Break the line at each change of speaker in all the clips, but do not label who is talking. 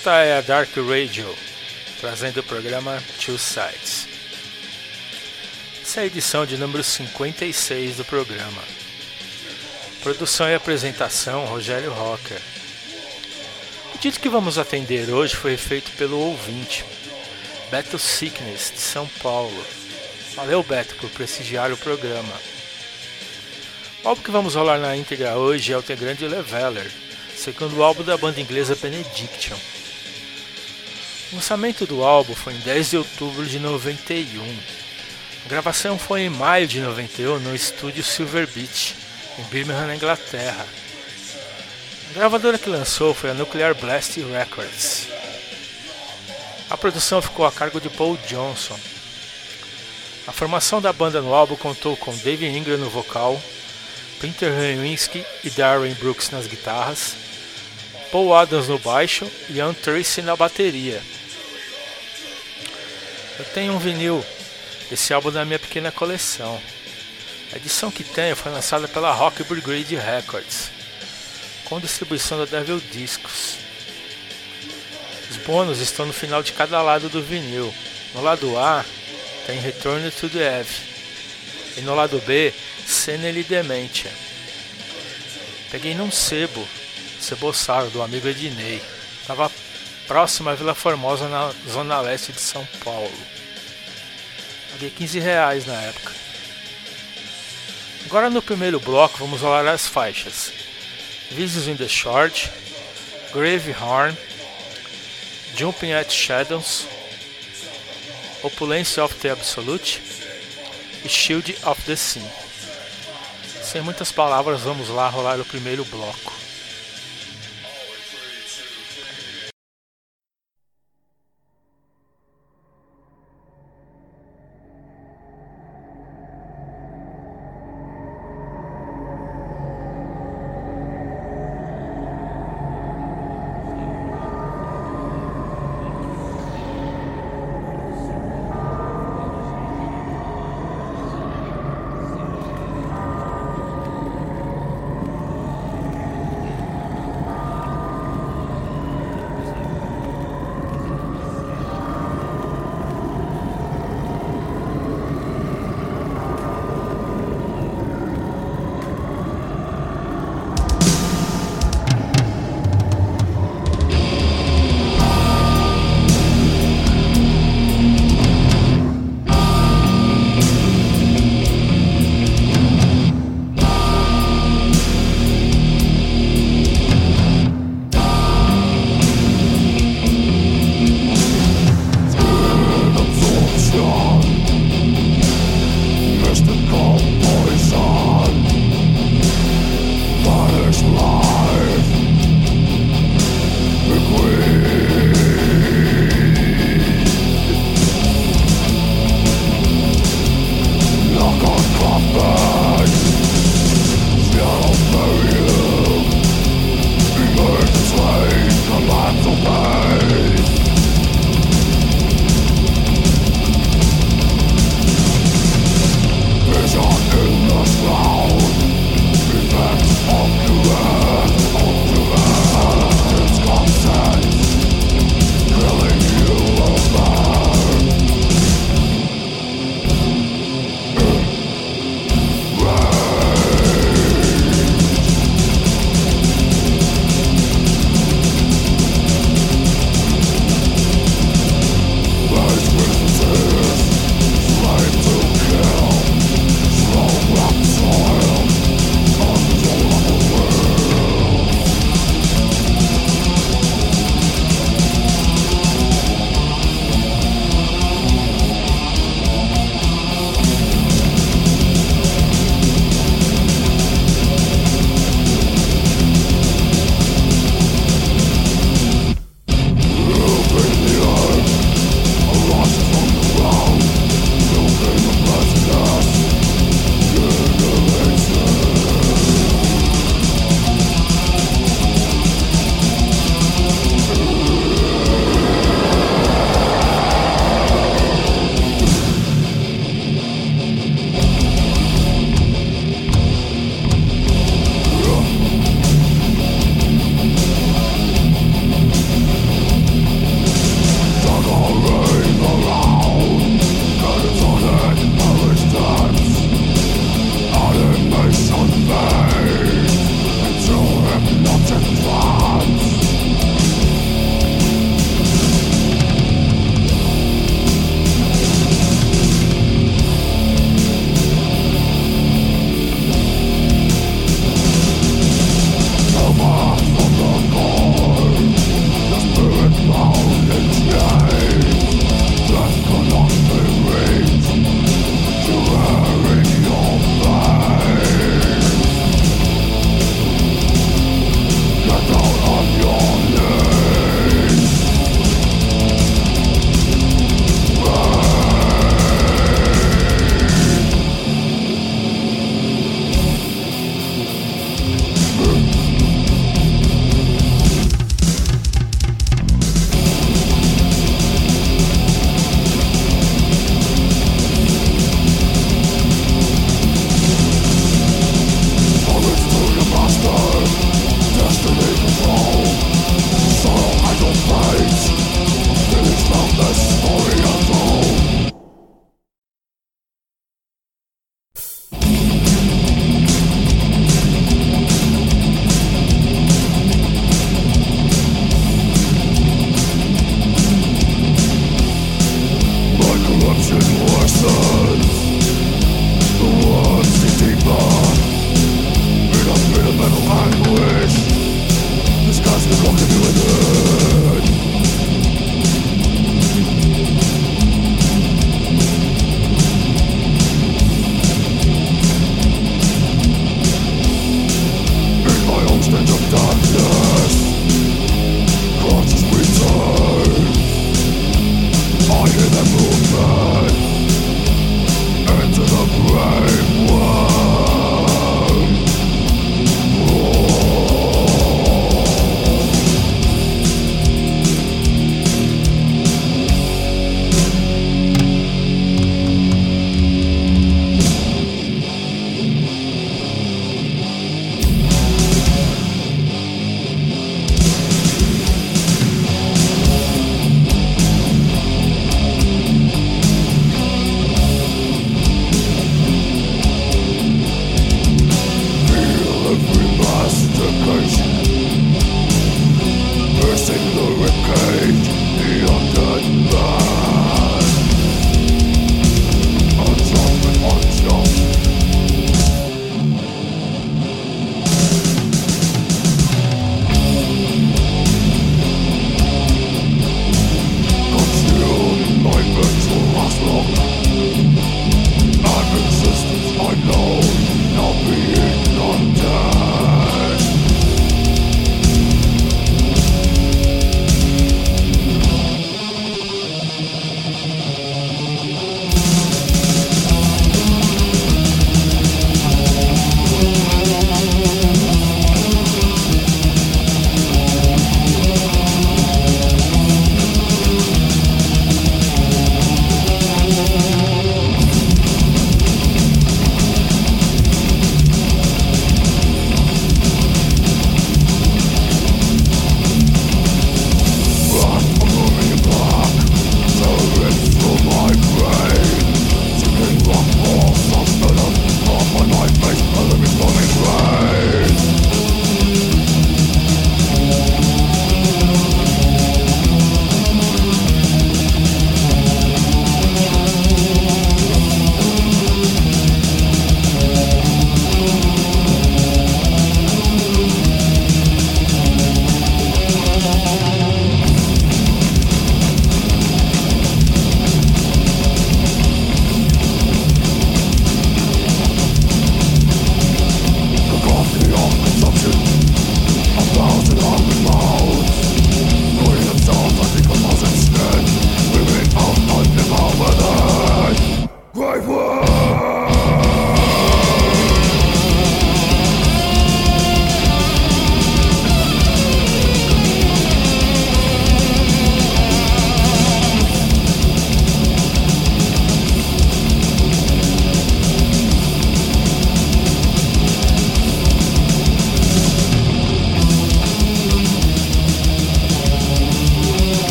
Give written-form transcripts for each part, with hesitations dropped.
Esta é a Dark Radio, trazendo o programa Two Sides. Essa é a edição de número 56 do programa. Produção e apresentação, Rogério Rocker. O pedido que vamos atender hoje foi feito pelo ouvinte, Beto Sickness, de São Paulo. Valeu, Beto, por prestigiar o programa. O álbum que vamos rolar na íntegra hoje é o The Grand Leveler, segundo álbum da banda inglesa Benediction. O lançamento do álbum foi em 10 de outubro de 91. A gravação foi em maio de 91 no estúdio Silver Beach, em Birmingham, na Inglaterra. A gravadora que lançou foi a Nuclear Blast Records. A produção ficou a cargo de Paul Johnson. A formação da banda no álbum contou com Dave Ingram no vocal, Peter Lewinsky e Darren Brooks nas guitarras, Paul Adams no baixo e Ian Tracy na bateria. Eu tenho um vinil desse álbum na minha pequena coleção. A edição que tenho foi lançada pela Rock Brigade Records, com distribuição da Devil Discos. Os bônus estão no final de cada lado do vinil. No lado A tem Return to the Eve e no lado B, Senile Dementia. Peguei num ceboçado do amigo Ednei. Estava próximo à Vila Formosa, na zona leste de São Paulo. Paguei R$15 na época. Agora no primeiro bloco vamos rolar as faixas Visions in the Short, Gravehorn, Jumping at Shadows, Opulence of the Absolute e Shield of the Sea. Sem muitas palavras, vamos lá rolar o primeiro bloco.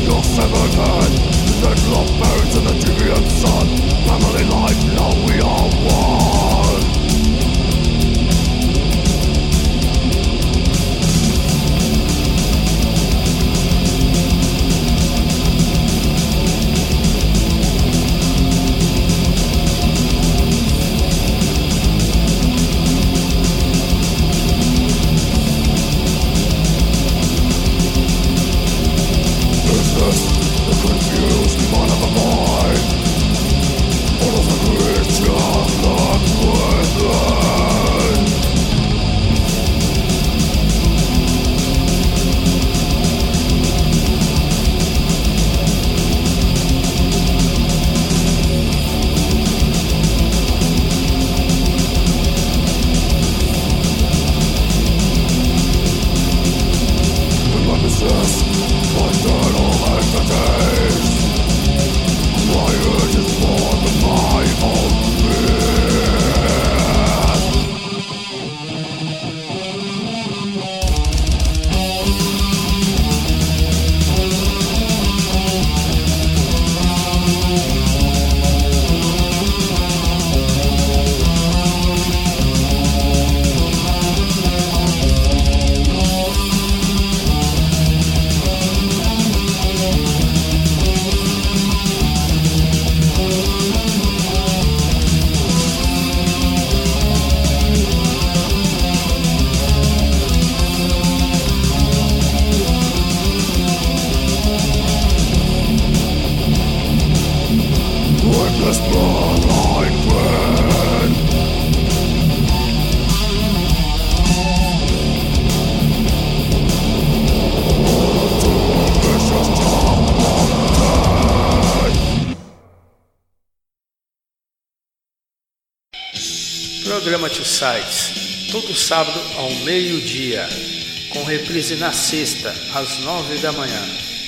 Programa Two Sides, todo sábado ao meio-dia, com reprise na sexta, às 9 da manhã.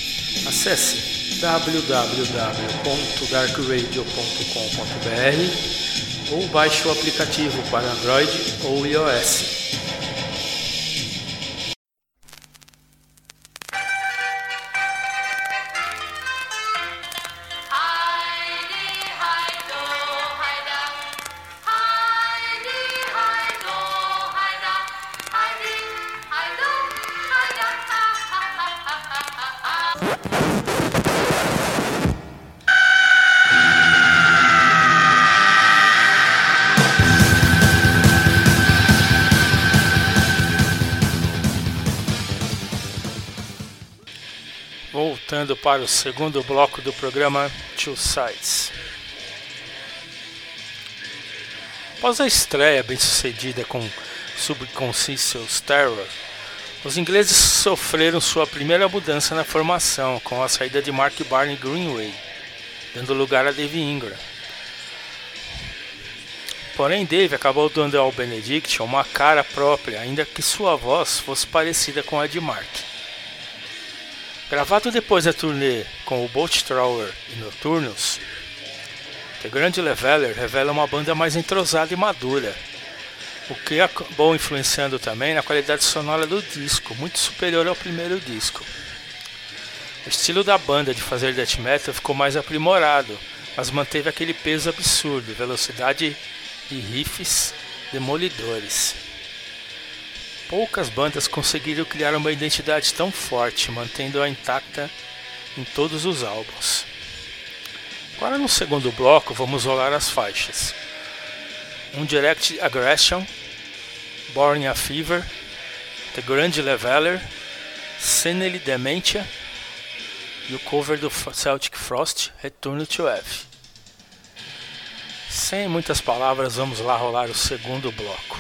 Acesse www.darkradio.com.br ou baixe o aplicativo para Android ou iOS. Voltando para o segundo bloco do programa Two Sides. Após a estreia bem sucedida com Subconscious Terror, os ingleses sofreram sua primeira mudança na formação com a saída de Mark Barney Greenway, dando lugar a Dave Ingram. Porém, Dave acabou dando ao Benedict uma cara própria, ainda que sua voz fosse parecida com a de Mark. Gravado depois da turnê com o Bolt Thrower e Nocturnus, The Grand Leveler revela uma banda mais entrosada e madura, o que acabou influenciando também na qualidade sonora do disco, muito superior ao primeiro disco. O estilo da banda de fazer death metal ficou mais aprimorado, mas manteve aquele peso absurdo, velocidade e riffs demolidores. Poucas bandas conseguiram criar uma identidade tão forte, mantendo-a intacta em todos os álbuns. Agora no segundo bloco vamos rolar as faixas: Undirected Aggression, Born a Fever, The Grand Leveler, Senile Dementia e o cover do Celtic Frost, Return to F. Sem muitas palavras, vamos lá rolar o segundo bloco.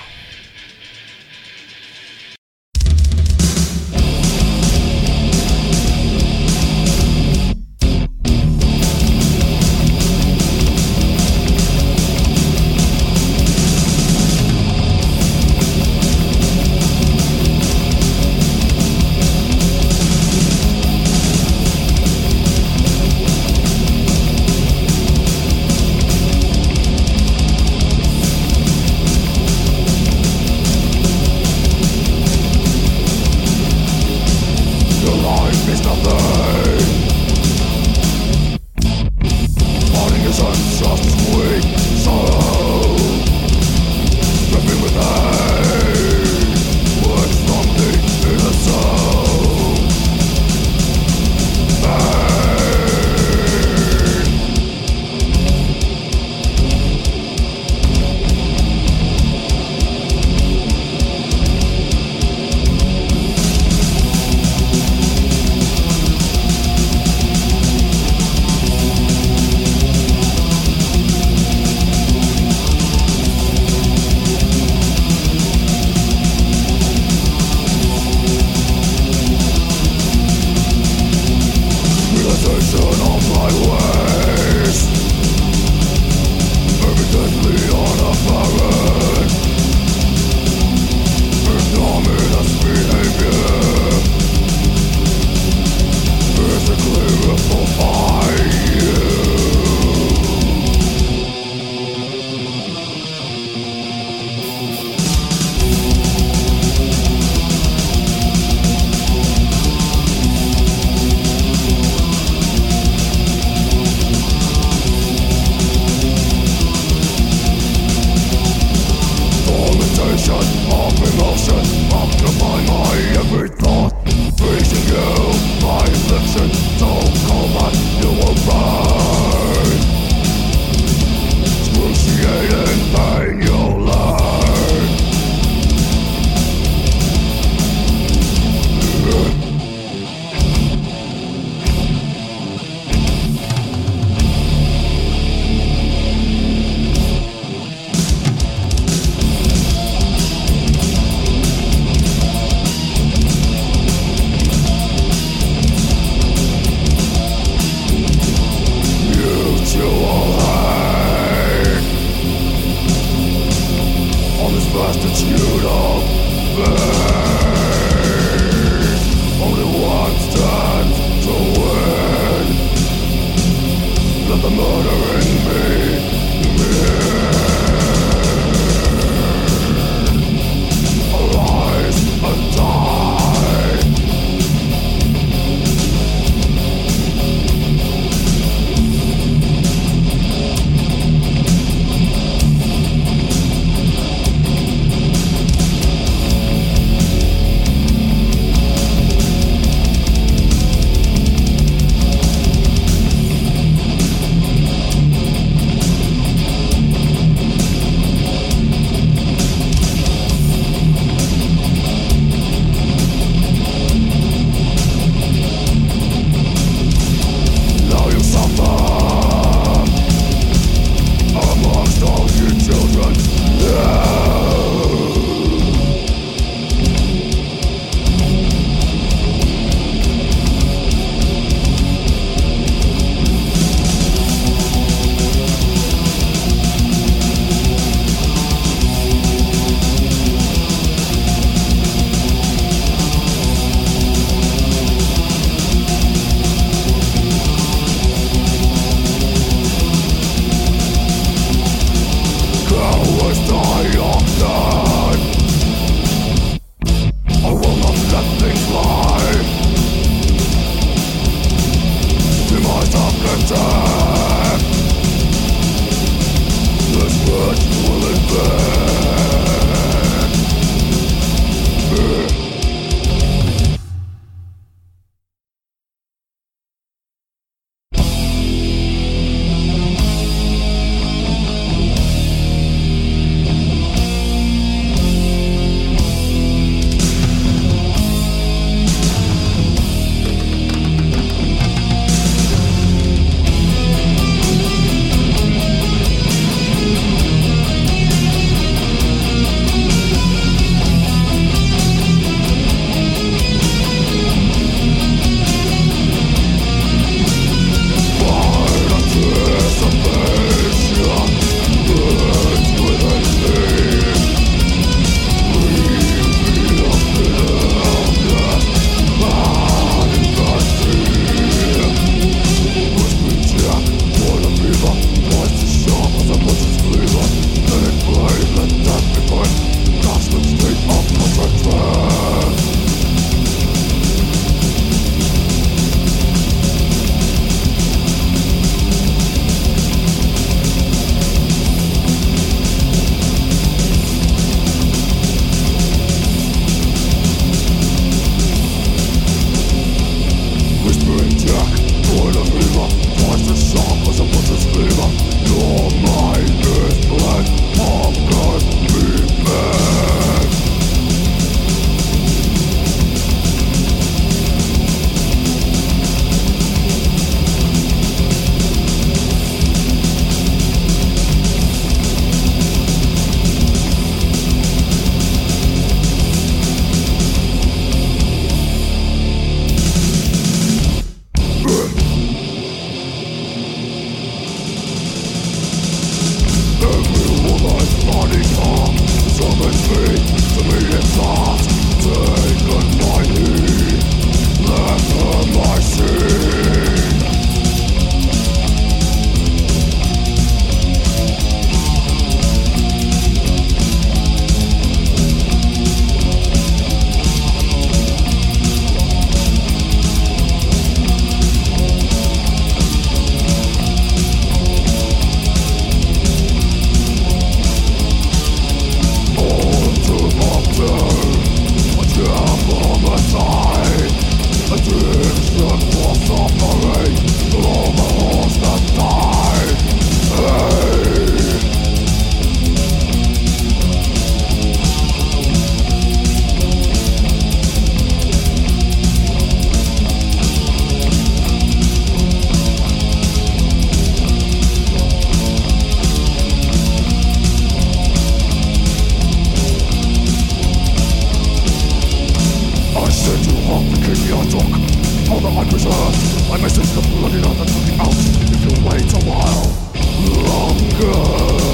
walk the kidney I took. All that I preserve, I may sense the bloody out that's looking out. If you wait a while longer.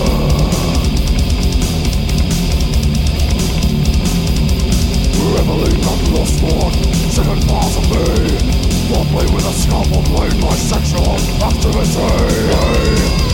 Reveling on lost one, second part of me. Foreplay with a scalpel blade, my sexual activity.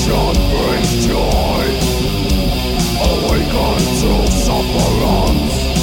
Awake unto sufferance.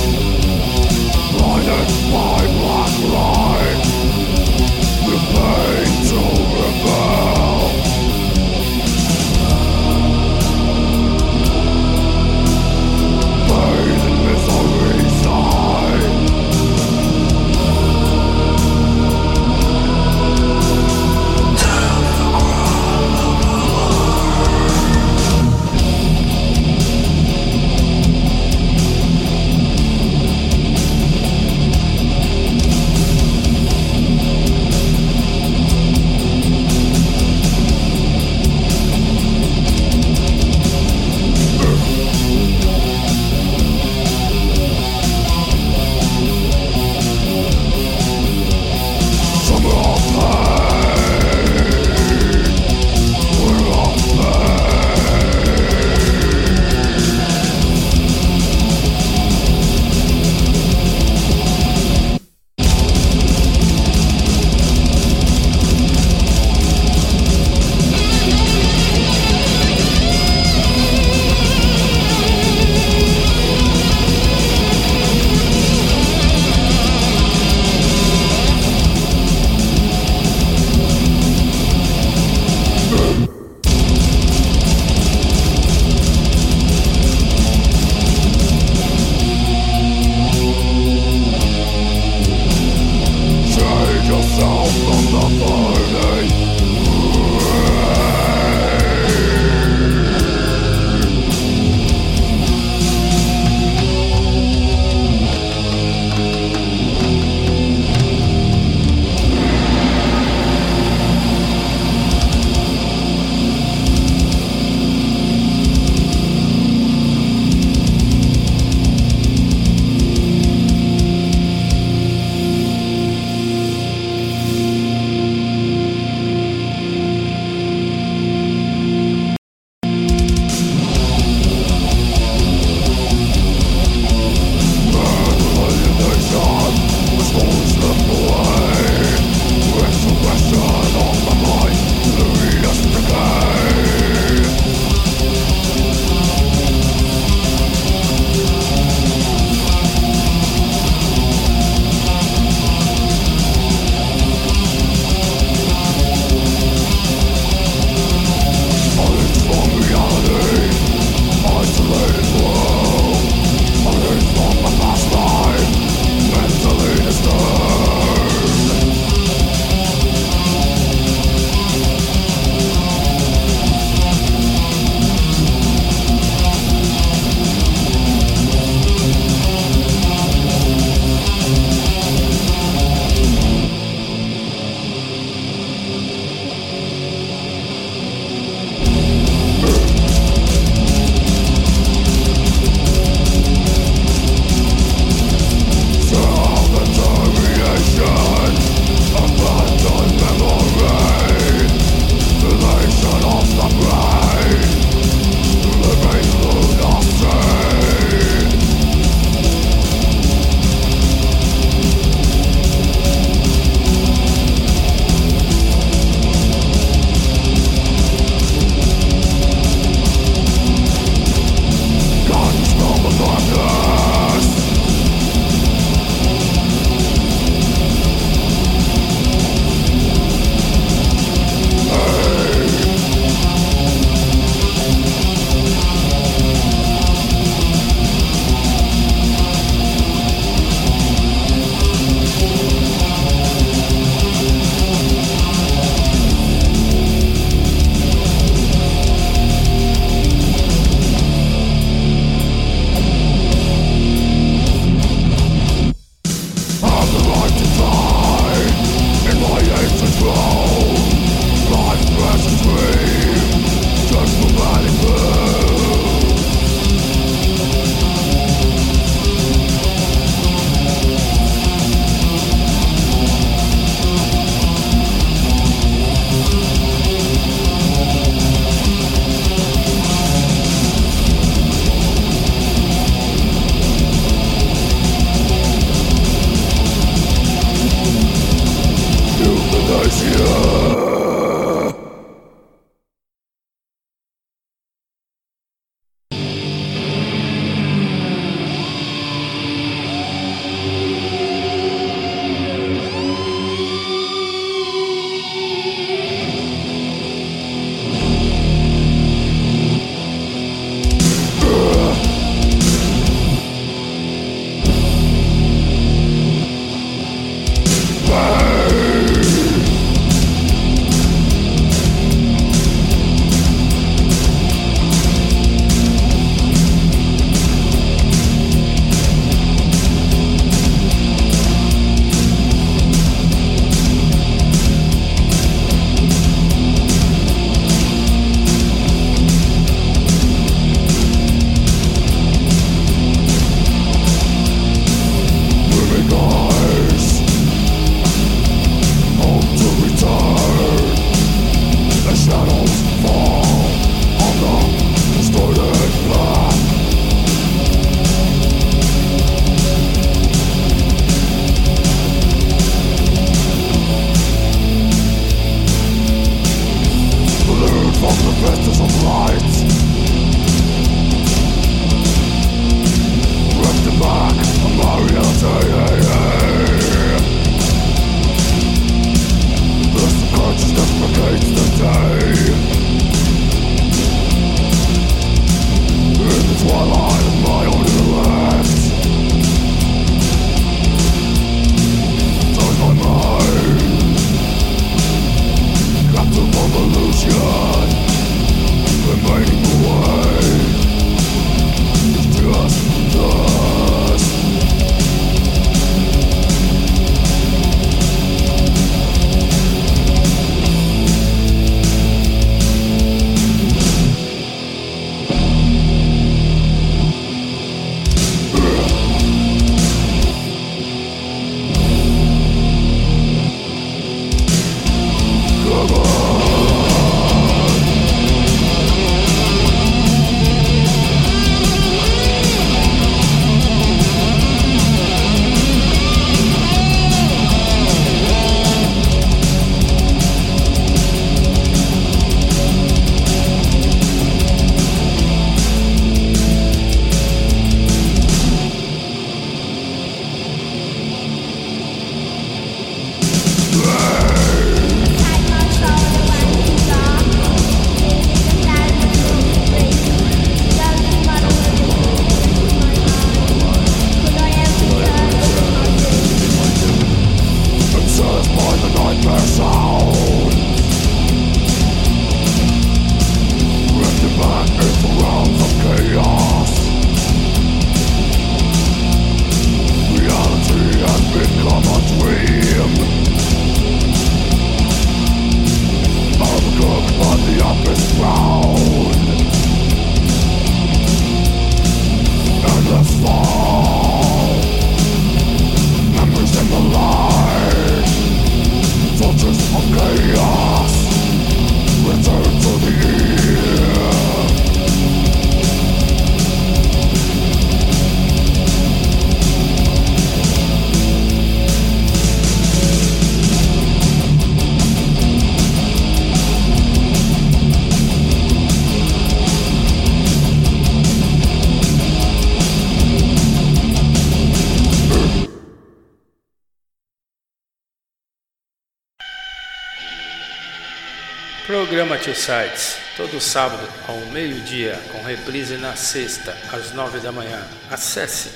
Programa Two Sides, todo sábado ao meio-dia, com reprise na sexta, às 9 da manhã. Acesse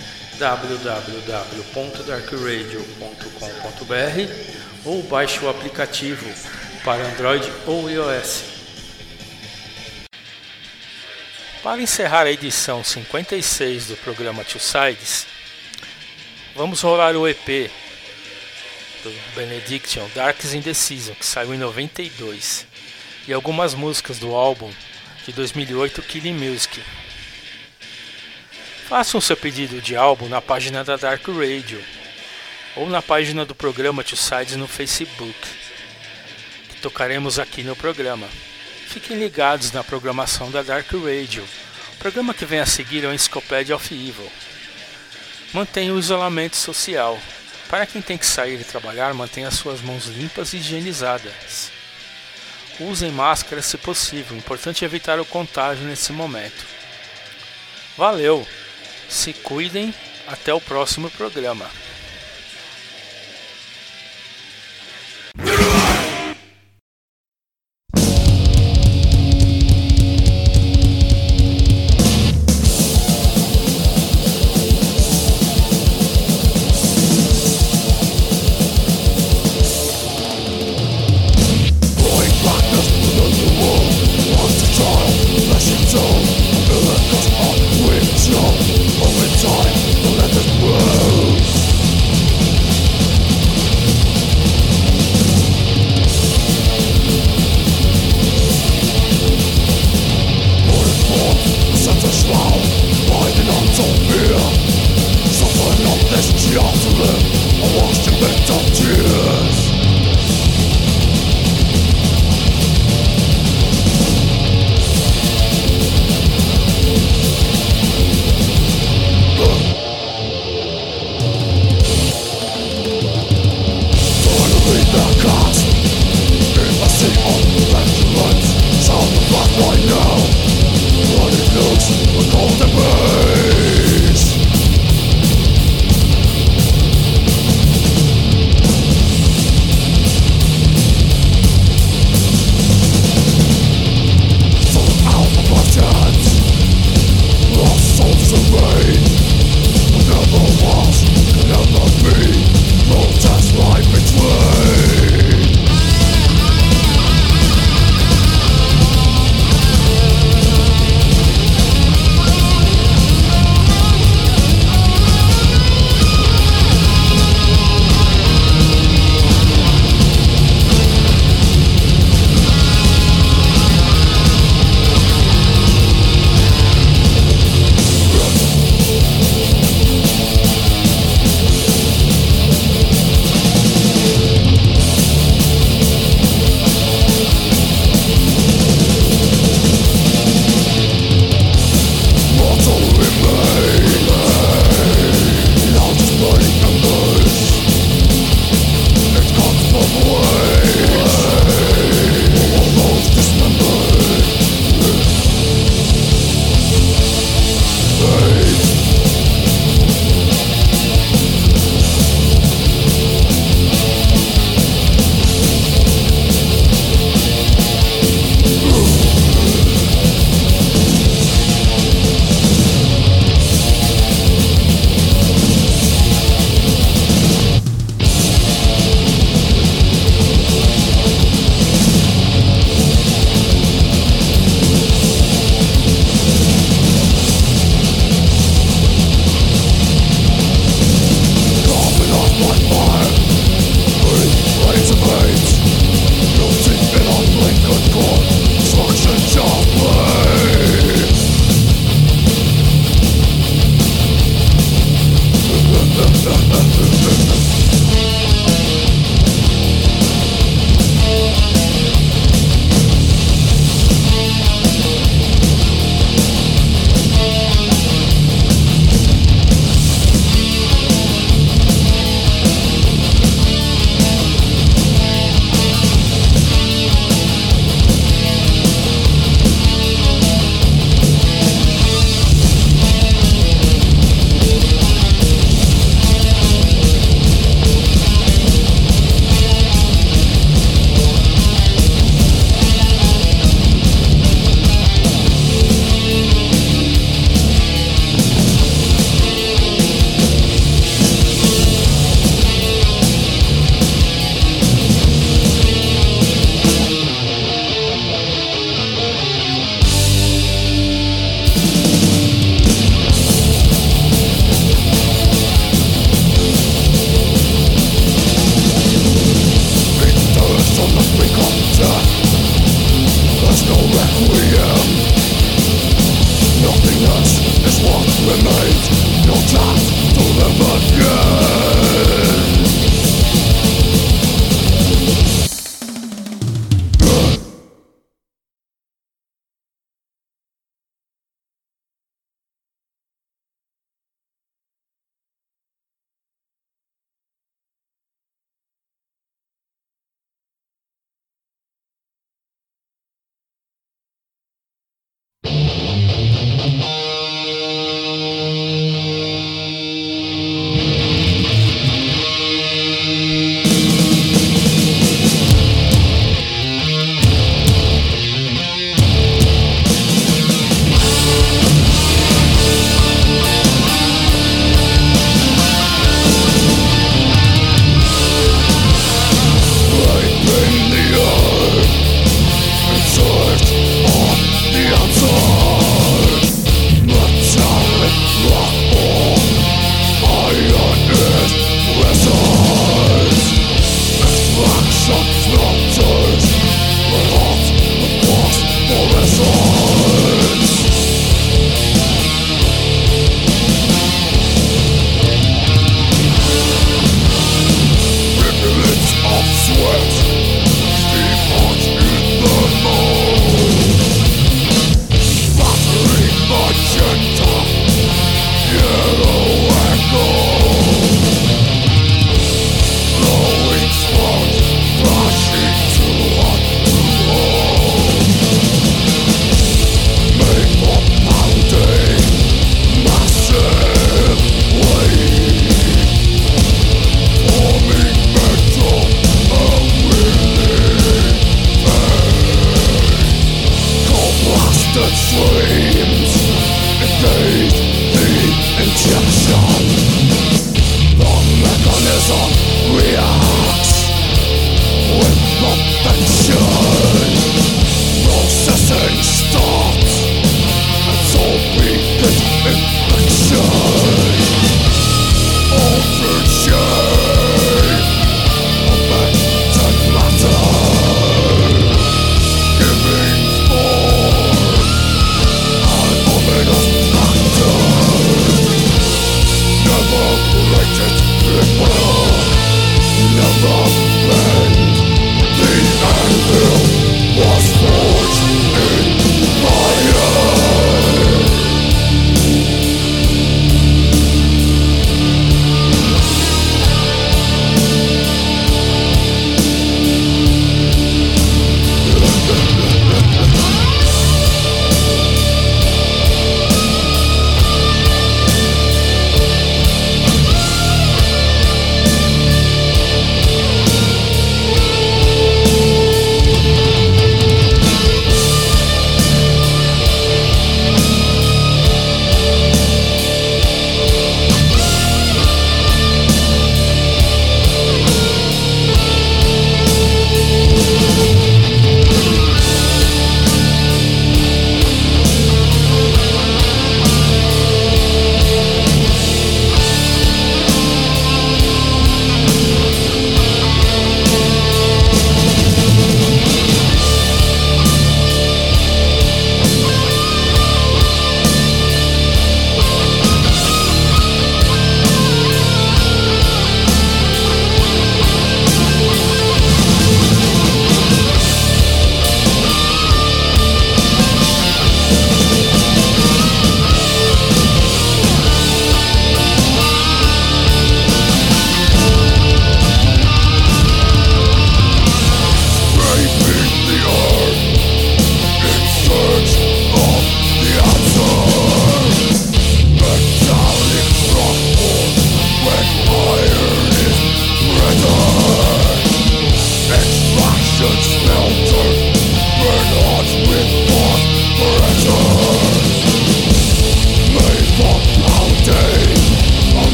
www.darkradio.com.br ou baixe o aplicativo para Android ou iOS. Para encerrar a edição 56 do programa Two Sides, vamos rolar o EP do Benediction, Darks in the Season, que saiu em 92, e algumas músicas do álbum de 2008, Killing Music. Façam seu pedido de álbum na página da Dark Radio ou na página do programa Two Sides no Facebook, que tocaremos aqui no programa. Fiquem ligados na programação da Dark Radio. O programa que vem a seguir é o Encyclopedia of Evil. Mantenha o isolamento social. Para quem tem que sair e trabalhar, mantenha suas mãos limpas e higienizadas. Usem máscara se possível, o importante é evitar o contágio nesse momento. Valeu! Se cuidem, até o próximo programa.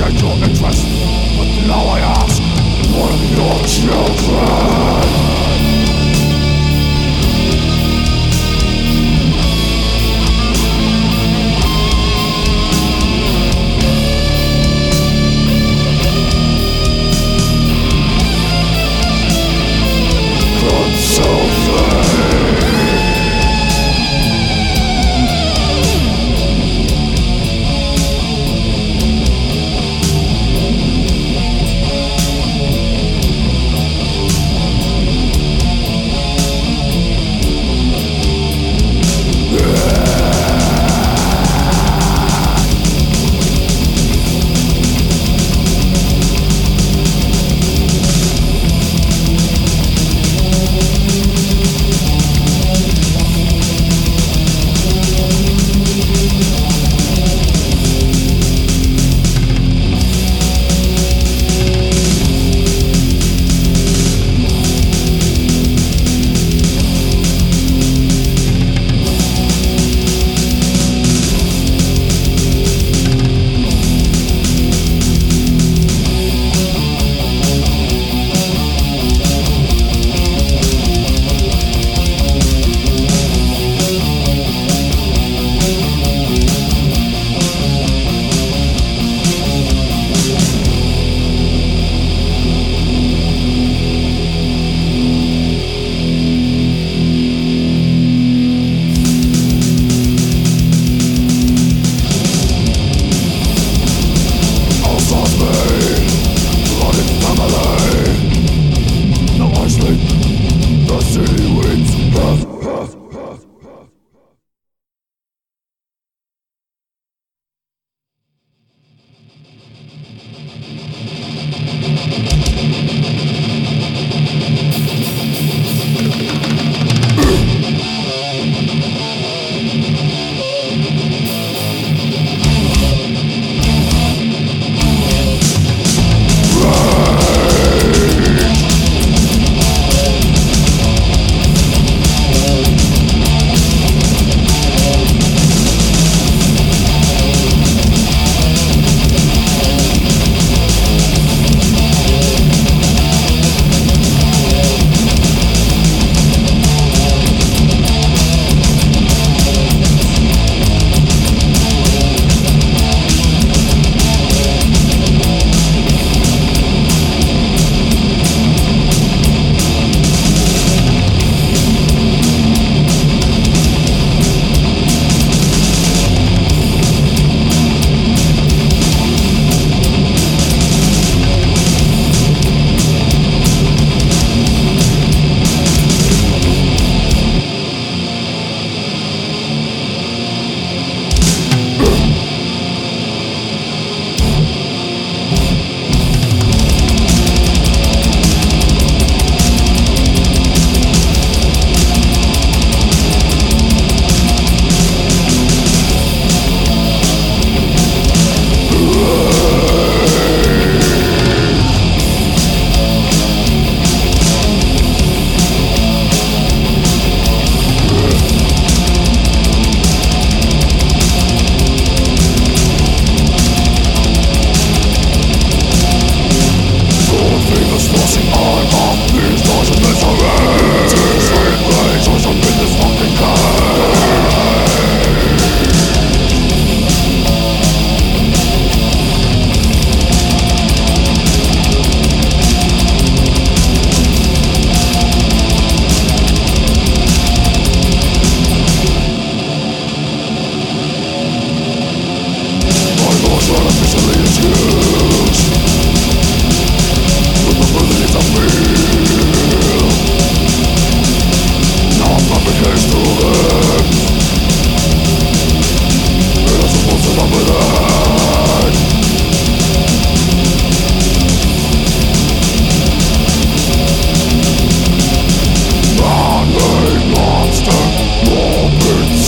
get your interest. But now I ask, what of your children?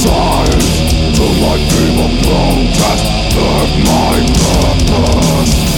Protest, serve my purpose.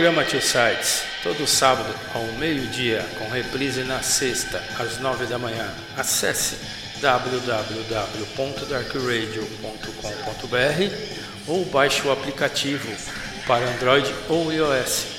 Programa Two Sides, todo sábado ao meio-dia, com reprise na sexta, às 9 da manhã. Acesse www.darkradio.com.br ou baixe o aplicativo para Android ou iOS.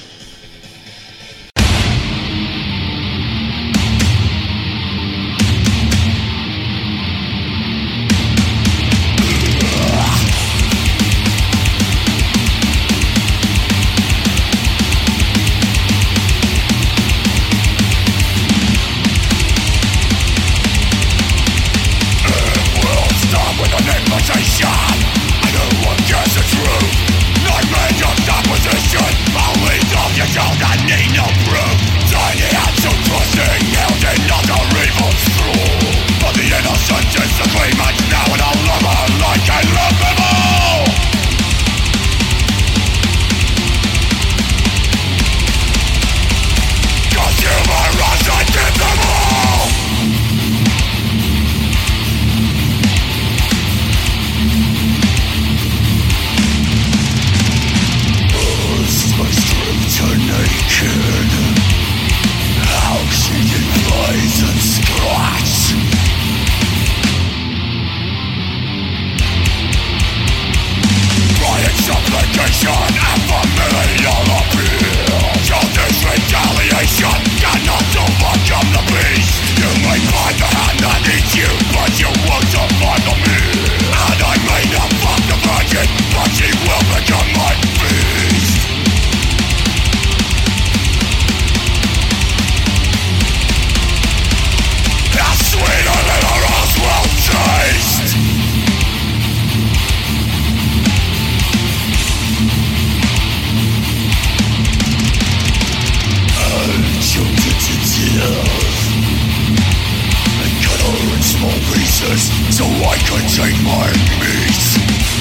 So I could take my peace.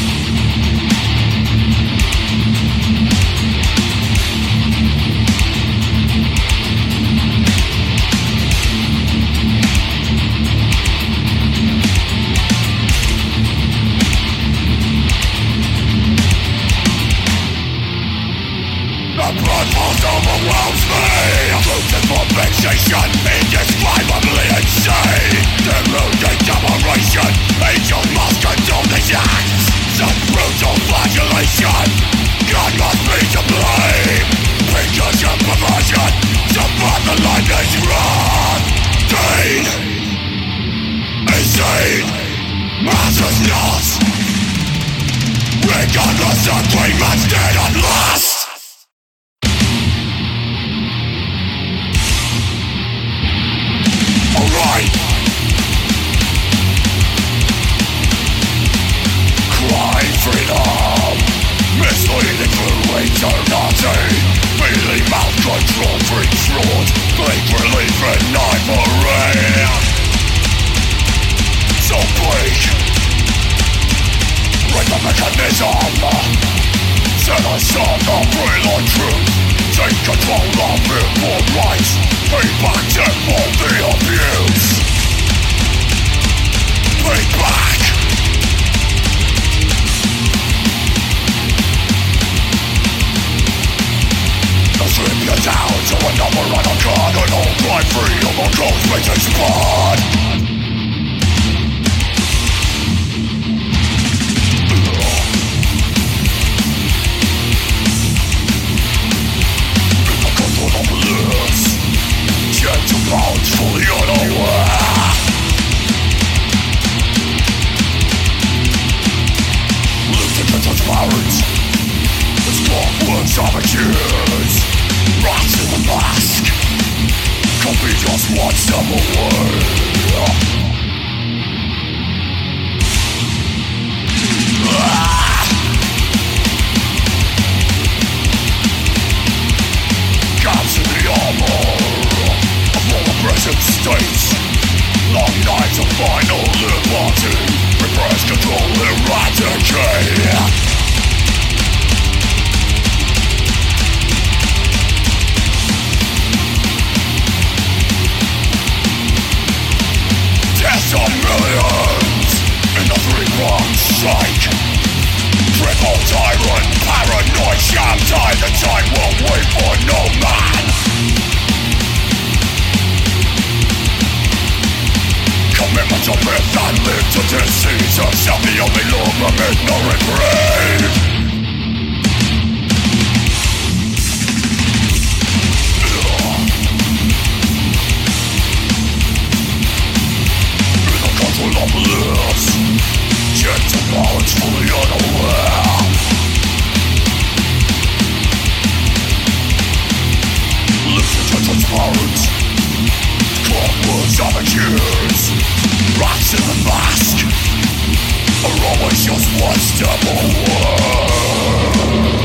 The blood pulse overwhelms me. Rooted for fixation, indescribably insane. Deluded domination, angel must condone these acts. Some brutal flagellation, God must be to blame. Because of perversion, to burn the lifeless wrath. Pain, insane, matters not. Regardless of agreements dead at last. Alright. Cry freedom, misleading through eternity. Feeling mouth control, free fraud, fake relief and ivory. So bleak, break the mechanism. Set aside the real truth. Take control of human rights. Pay back to all the abuse. Pay back. Strip you down to a number on a card. An old blind freedom on cold faces blood. Gentle bounds fully unaware. Lifted to transparent. Its clockworks of accused. Rats in the mask. Could be just one step away. Gaps in the armor of all oppressive states. Long nights of final liberty. Repress, control, eradicate. Deaths of millions in the three-pronged strike.
Triple tyrant, paranoid, sham time. The time will wait for no man. Commitment to myth and live to deceive herself. The only law permit no reprieve. Of bliss, gentle knowledge fully unaware. Listen to transparent clockworks of the years. Rats in the mask are always just one step away.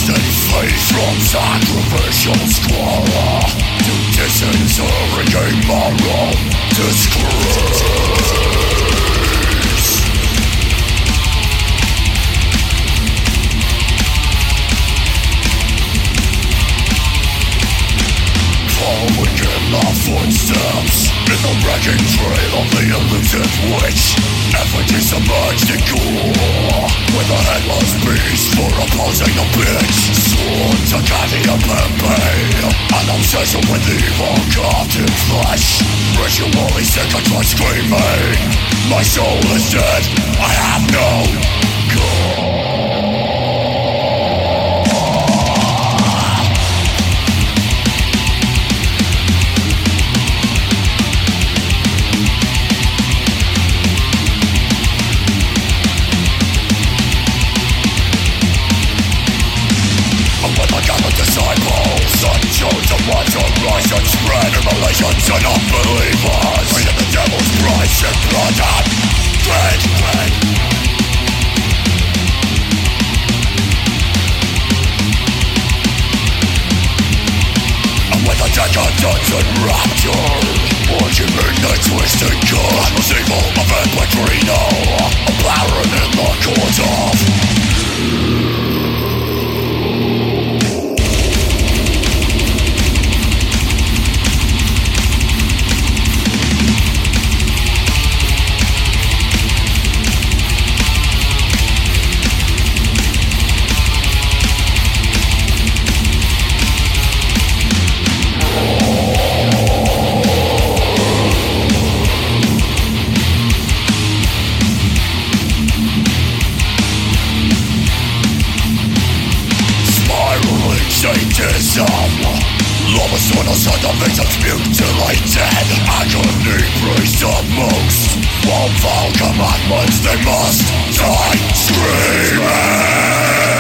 steady face from sacrificial squalor to disinterring moral disgrace. Following in the footsteps in the wrecking trail of the elusive witch, effigies submerged in gore, with a headless beast for opposing the bitch. Sworn to Cathy and Pepe, an obsession with evil carved in flesh. Ritually sickened by screaming, my soul is dead, I have no God. Chose to watch on rise and spread emulations and unbelievers. Pay the devil's price in blood and dread. And with a decadence and rapture, worshiping the twisted God was evil of Equatrino, a baron in the court of Lovers on the side of victims mutilated. Agony praised the most. While foul commandments they must die screaming.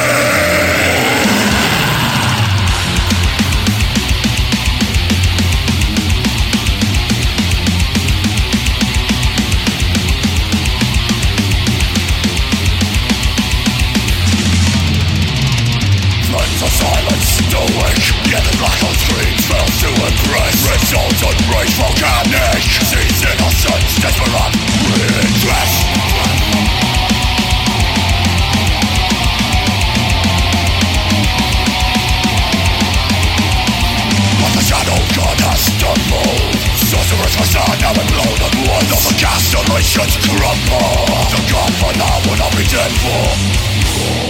Yet the black hole streams fail to impress. Results on rage volcanic. Sees innocence desperate redress. But the shadow god has stumbled. Sorcerers facade now and blow the blood of the castellations crumble. The god for now will not be dead for.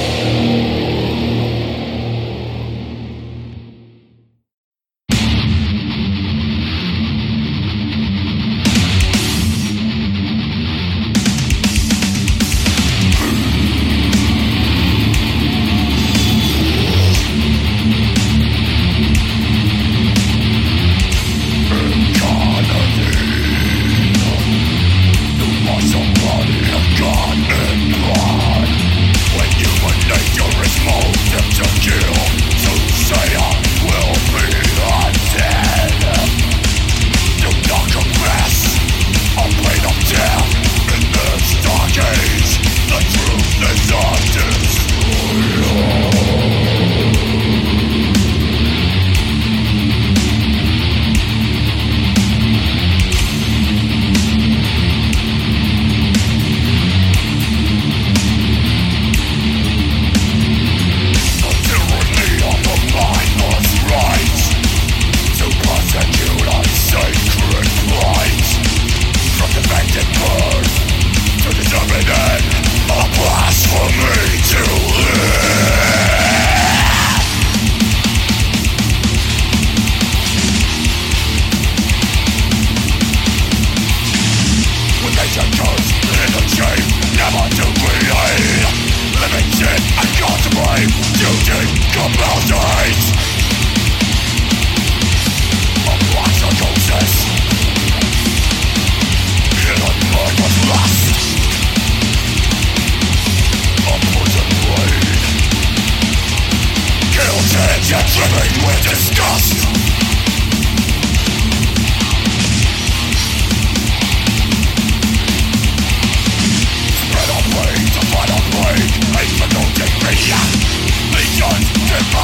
Legions,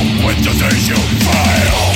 with disease you fail.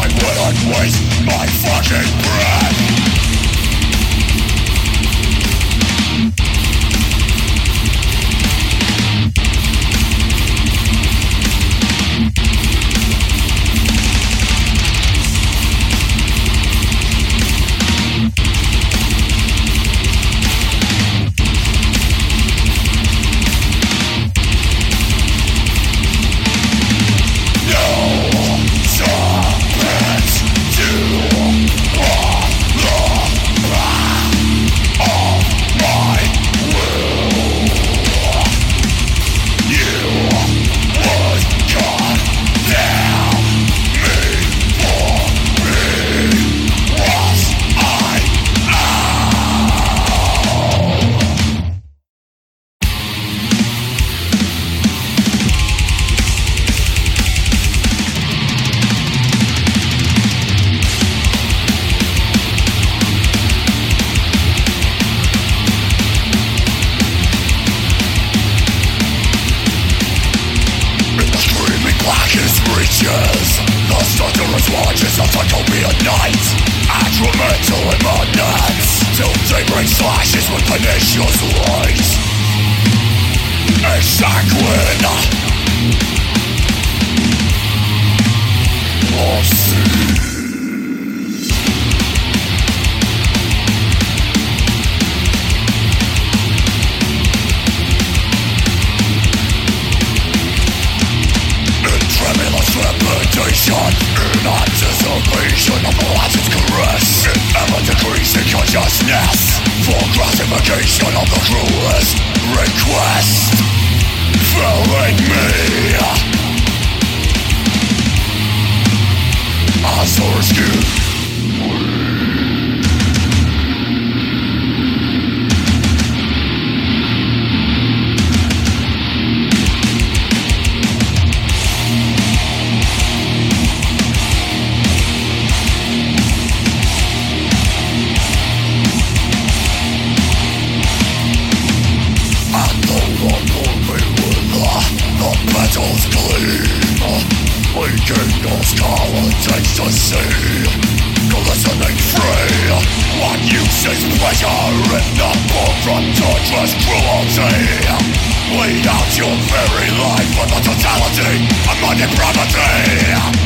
Waste my fucking breath. reaches. The thunderous watches of Psychopia night, Atramental imminence, till daybreak slashes with pernicious light. Exsanguine of sea. Trepidation, in anticipation of the last caress, in ever-decreasing consciousness, for gratification of the cruelest request, filling me as a rescue. Petals gleam, leaking no scarlet takes to see, glistening free. What use is pleasure if not born from torturous cruelty? Lead out your very life for the totality of my depravity.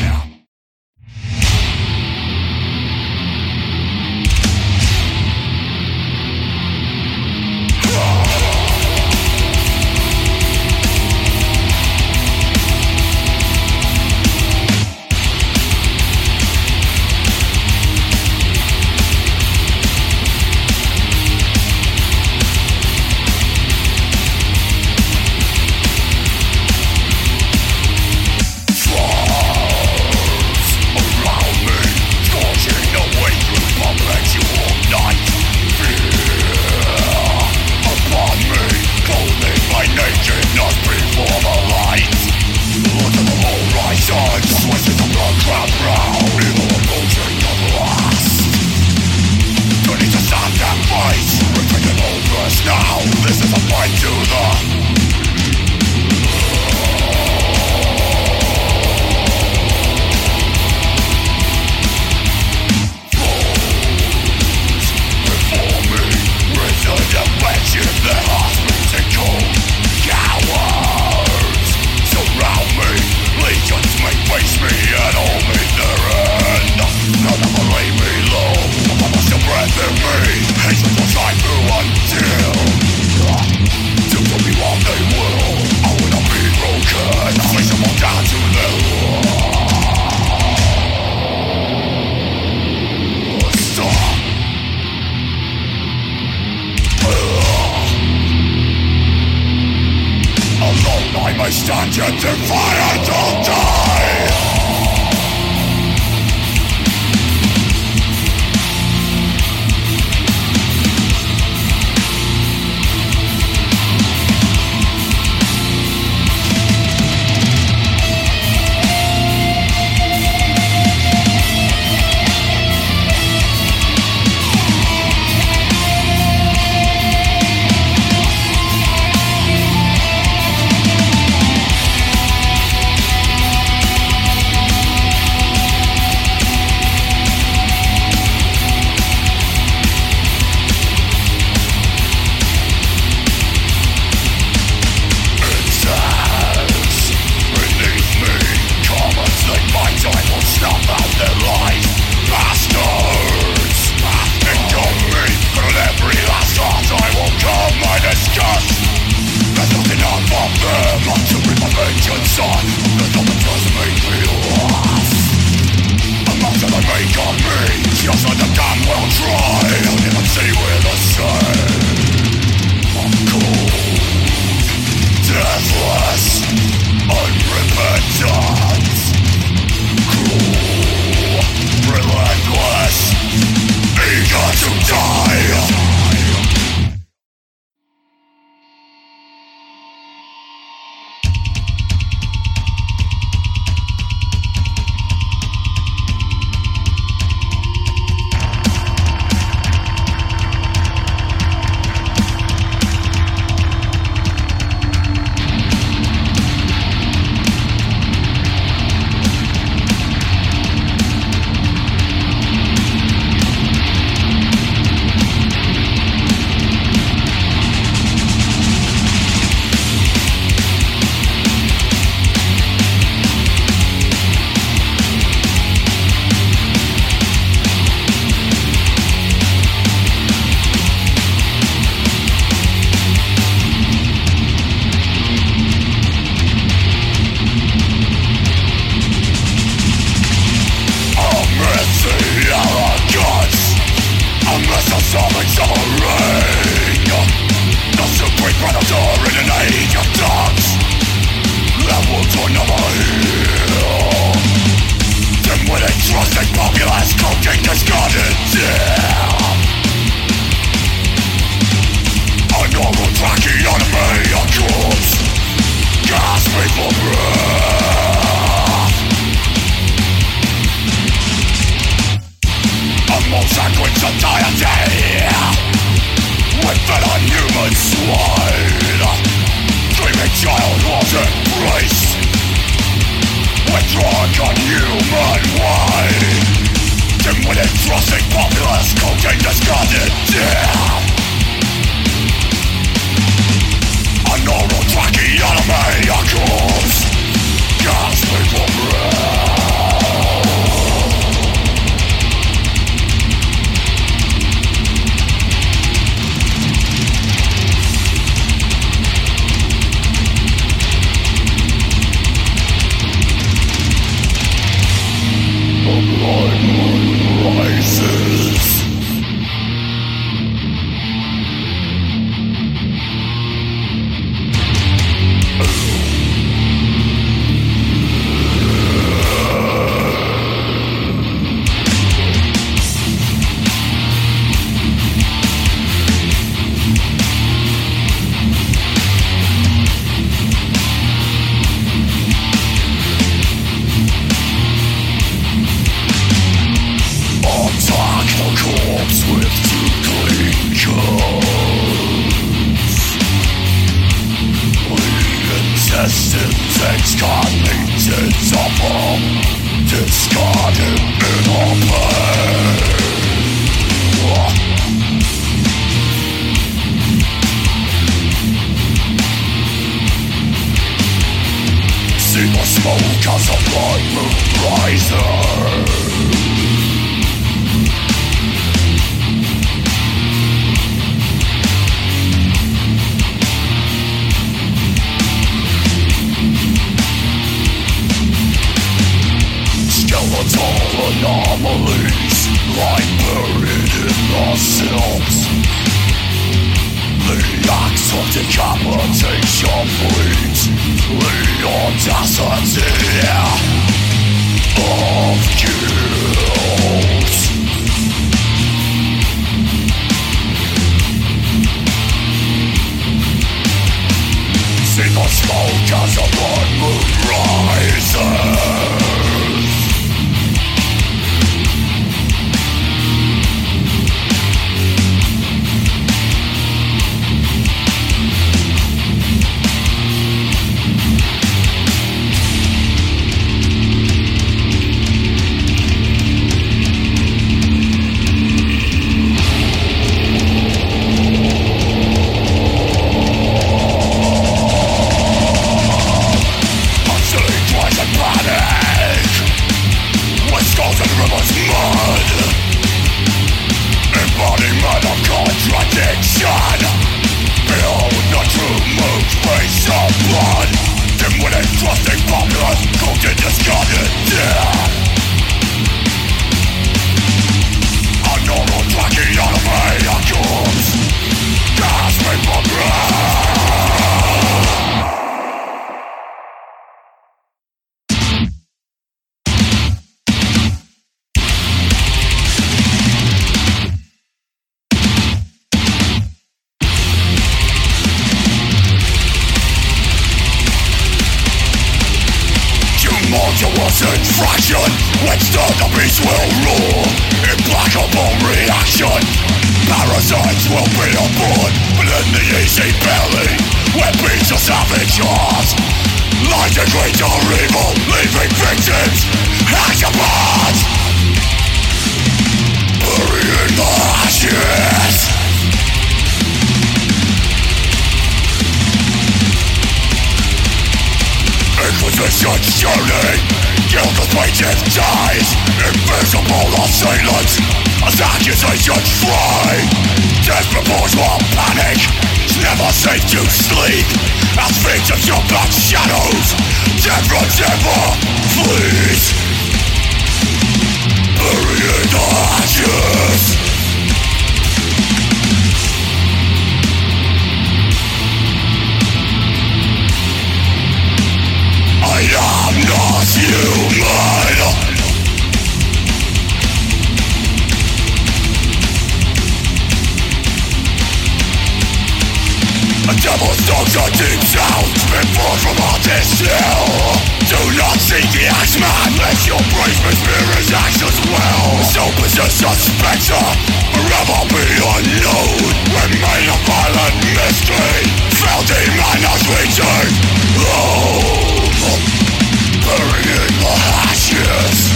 Devil's dogs are deep down, been born from all this hell. Do not seek the Axeman, let your brave fear his actions well. So possess a spectre, forever be unknown. Remain a violent mystery, fell demon as return. Home, buried in the ashes.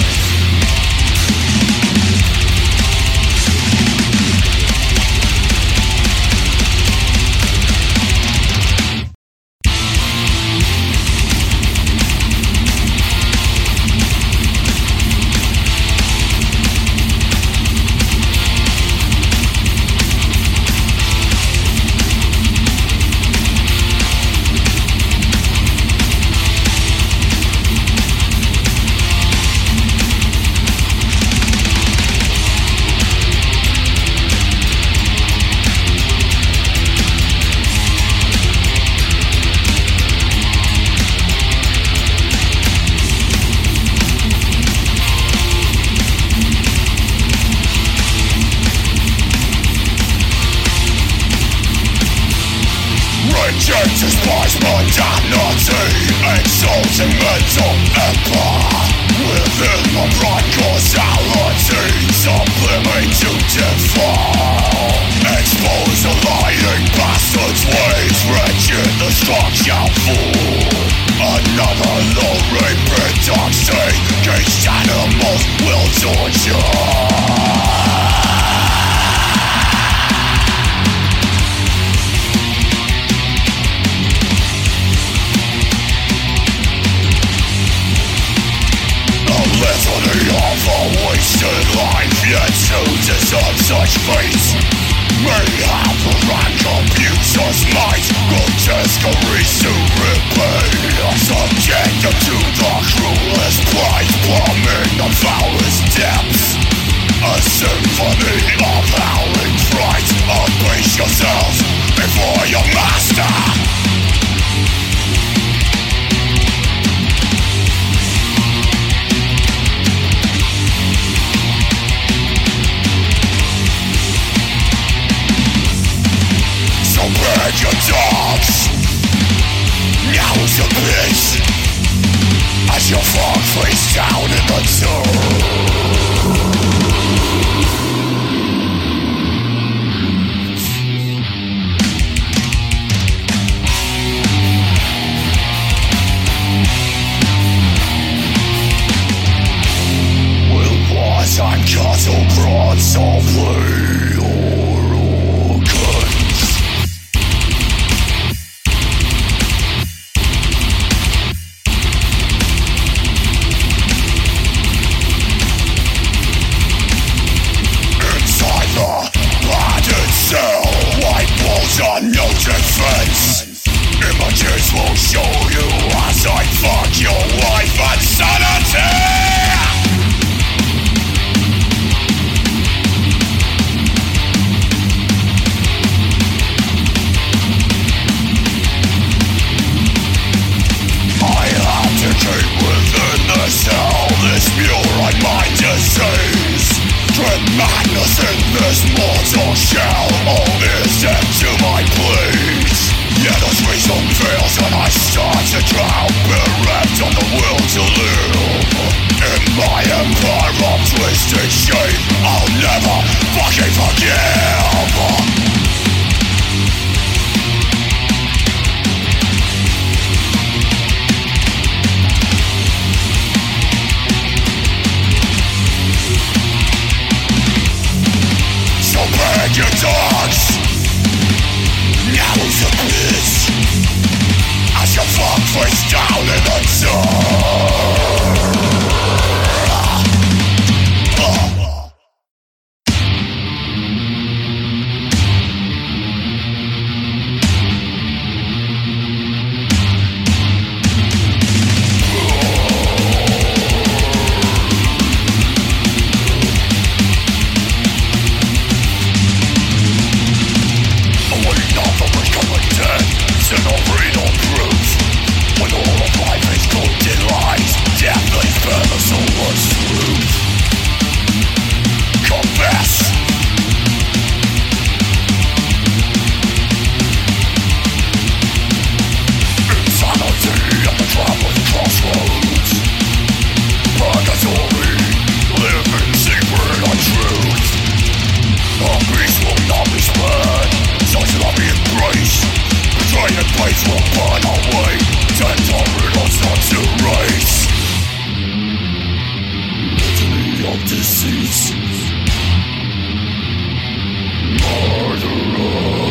Rejects despise modernity, exalting mental empire. Within the blind causality, sublimate to defile. Expose the lying bastard's ways, wretched the strong shall fall. Another low reproduction, caged animals will torture. Litany of a wasted life, yet to deserve such fate. Mayhap rank abuser's might, grotesqueries to repay. Subject them to the cruelest plight, plumbing the foulest depths. A symphony of howling fright, unleash yourselves before your master. Burn your dogs. Now's the place as you fall face down in the dirt. With wars and cattle prods of flea or organs. No defense. Images will show you as I fuck your life and sanity. I have to keep within the cell this pure and mind disease. Dread madness in this mortal shell, all is dead to my pleas. Yet as reason fails and I start to drown, bereft of the will to live. In my empire of twisted shame, I'll never fucking forgive. Burn your dogs. Now's the bliss as you fall face down in the dirt. Sin or breed or proof, when all of life is cooked in lies. of disease. Murderer.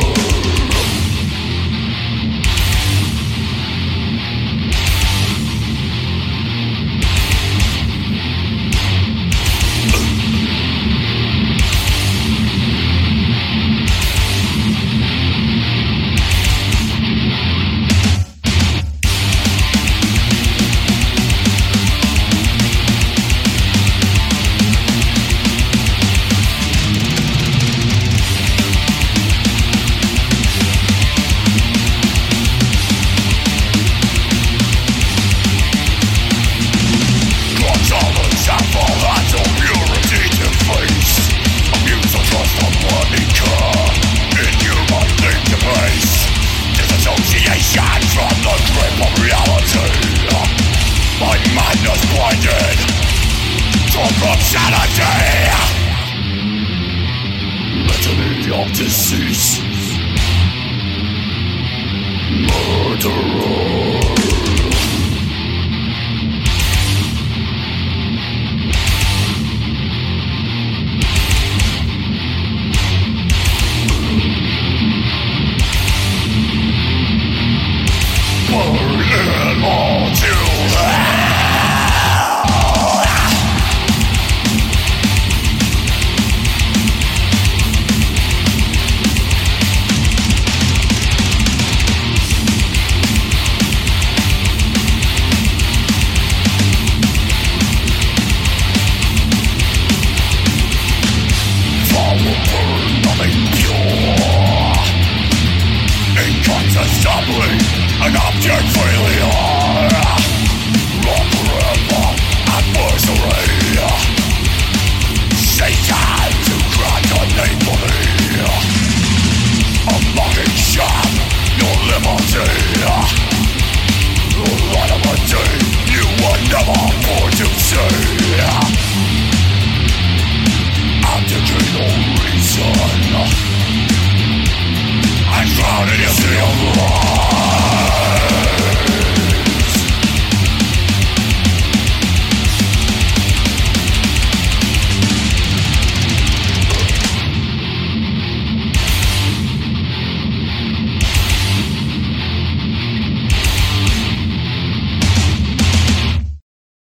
Disease. Murderer. Burn it all to hell. An object failure.